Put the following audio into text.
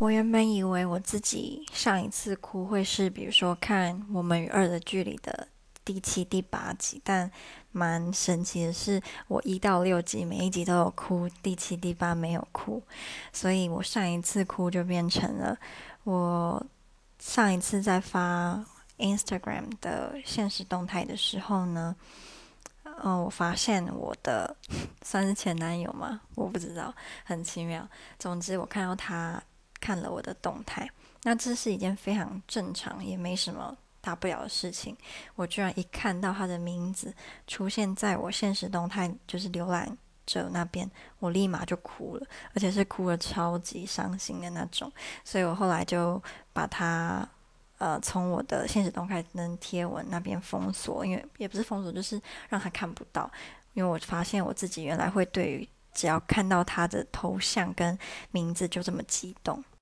我原本以为我自己上一次哭会是，比如说看《我们与恶的距离》的第7、第8集，但蛮神奇的是，我1到6集每一集都有哭，第7、第8没有哭，所以我上一次哭就变成了我上一次在发 Instagram 的现实动态的时候呢，我发现我的算是前男友吗？我不知道，很奇妙。总之，我看到他看了我的动态，那这是一件非常正常，也没什么大不了的事情。我居然一看到他的名字出现在我现实动态，就是浏览者那边，我立马就哭了，而且是哭了超级伤心的那种。所以我后来就把他从我的现实动态跟贴文那边封锁，因为也不是封锁，就是让他看不到。因为我发现我自己原来会对于只要看到他的头像跟名字就这么激动。